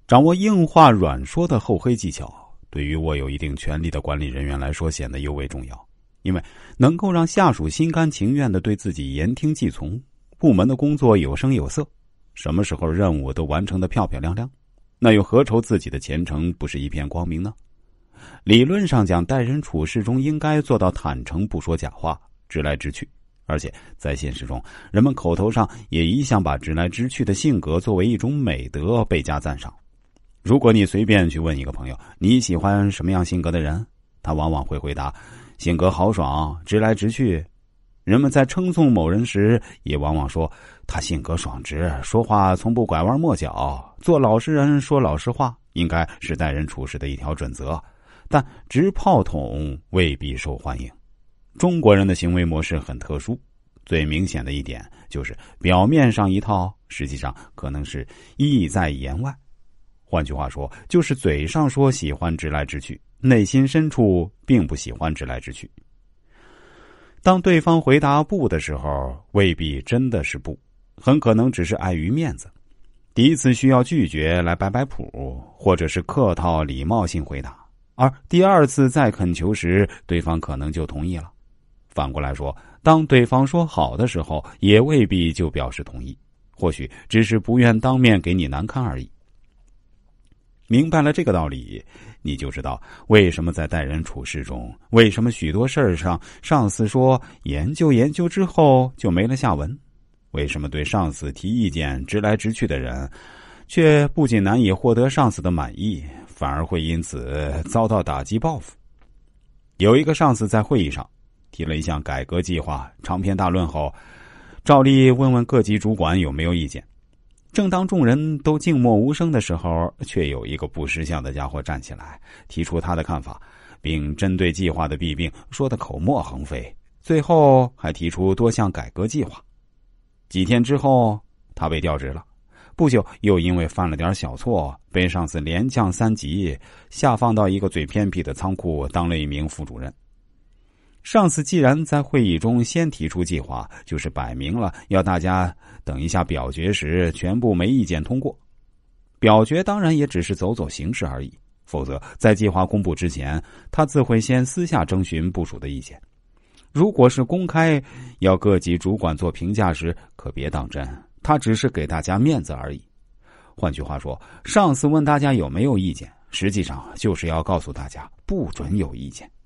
掌握硬话软说的厚黑技巧，对于握有一定权力的管理人员来说显得尤为重要，因为能够让下属心甘情愿地对自己言听计从，部门的工作有声有色，什么时候任务都完成得漂漂亮亮，那又何愁自己的前程不是一片光明呢？理论上讲，待人处事中应该做到坦诚，不说假话，直来直去。而且在现实中，人们口头上也一向把直来直去的性格作为一种美德倍加赞赏。如果你随便去问一个朋友，你喜欢什么样性格的人，他往往会回答性格豪爽，直来直去。人们在称颂某人时，也往往说他性格爽直，说话从不拐弯抹角，做老实人说老实话，应该是待人处事的一条准则。但直炮筒未必受欢迎。中国人的行为模式很特殊，最明显的一点就是表面上一套，实际上可能是意在言外。换句话说，就是嘴上说喜欢直来直去，内心深处并不喜欢直来直去。当对方回答不的时候，未必真的是不，很可能只是碍于面子。第一次需要拒绝来摆摆谱，或者是客套礼貌性回答，而第二次再恳求时，对方可能就同意了。反过来说，当对方说好的时候，也未必就表示同意，或许只是不愿当面给你难堪而已。明白了这个道理，你就知道为什么在待人处事中，为什么许多事儿上上司说研究研究之后就没了下文，为什么对上司提意见直来直去的人，却不仅难以获得上司的满意，反而会因此遭到打击报复。有一个上司在会议上提了一项改革计划，长篇大论后，照例问问各级主管有没有意见。正当众人都静默无声的时候，却有一个不识相的家伙站起来，提出他的看法，并针对计划的弊病说得口沫横飞，最后还提出多项改革计划。几天之后，他被调职了，不久又因为犯了点小错，被上司连降3级，下放到一个最偏僻的仓库当了一名副主任。上司既然在会议中先提出计划，就是摆明了要大家等一下表决时全部没意见通过。表决当然也只是走走形式而已，否则在计划公布之前，他自会先私下征询部属的意见。如果是公开要各级主管做评价时，可别当真，他只是给大家面子而已。换句话说，上司问大家有没有意见，实际上就是要告诉大家不准有意见。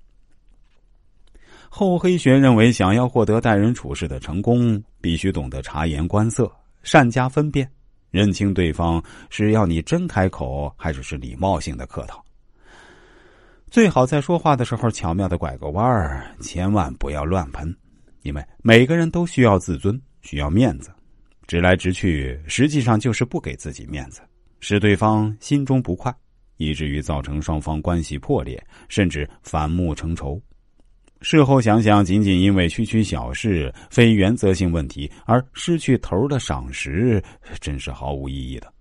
厚黑学认为，想要获得待人处事的成功，必须懂得察言观色，善加分辨，认清对方是要你真开口，还是礼貌性的客套。最好在说话的时候巧妙的拐个弯儿，千万不要乱喷，因为每个人都需要自尊，需要面子。直来直去，实际上就是不给自己面子，使对方心中不快，以至于造成双方关系破裂，甚至反目成仇。事后想想，仅仅因为区区小事、非原则性问题而失去头的赏识，真是毫无意义的。